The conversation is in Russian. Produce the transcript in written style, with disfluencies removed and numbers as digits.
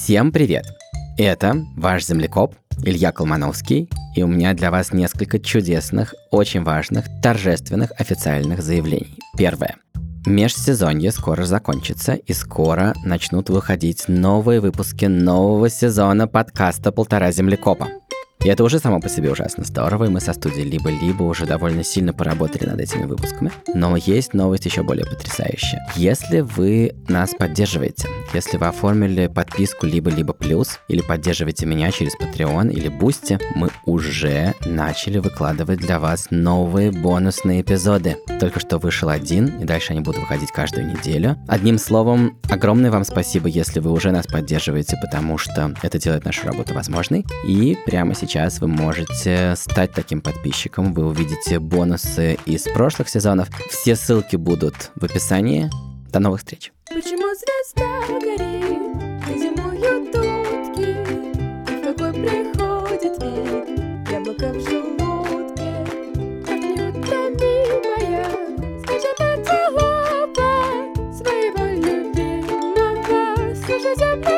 Всем привет! Это ваш землекоп Илья Колмановский, и у меня для вас несколько чудесных, очень важных, торжественных официальных заявлений. Первое. Межсезонье скоро закончится, и скоро начнут выходить новые выпуски нового сезона подкаста «Полтора землекопа». И это уже само по себе ужасно здорово, и мы со студией «Либо-либо» уже довольно сильно поработали над этими выпусками. Но есть новость еще более потрясающая. Если вы нас поддерживаете, если вы оформили подписку «Либо-либо плюс» или поддерживаете меня через Patreon или Boosty, мы уже начали выкладывать для вас новые бонусные эпизоды. Только что вышел один, и дальше они будут выходить каждую неделю. Одним словом, огромное вам спасибо, если вы уже нас поддерживаете, потому что это делает нашу работу возможной. И прямо сейчас вы можете стать таким подписчиком. Вы увидите бонусы из прошлых сезонов. Все ссылки будут в описании. До новых встреч! Почему звезда горит, и зимуют утки, и в какой приходит вид яблоко в желудке, как неутомимая, скачет антилопа своего любимого, слушай земля.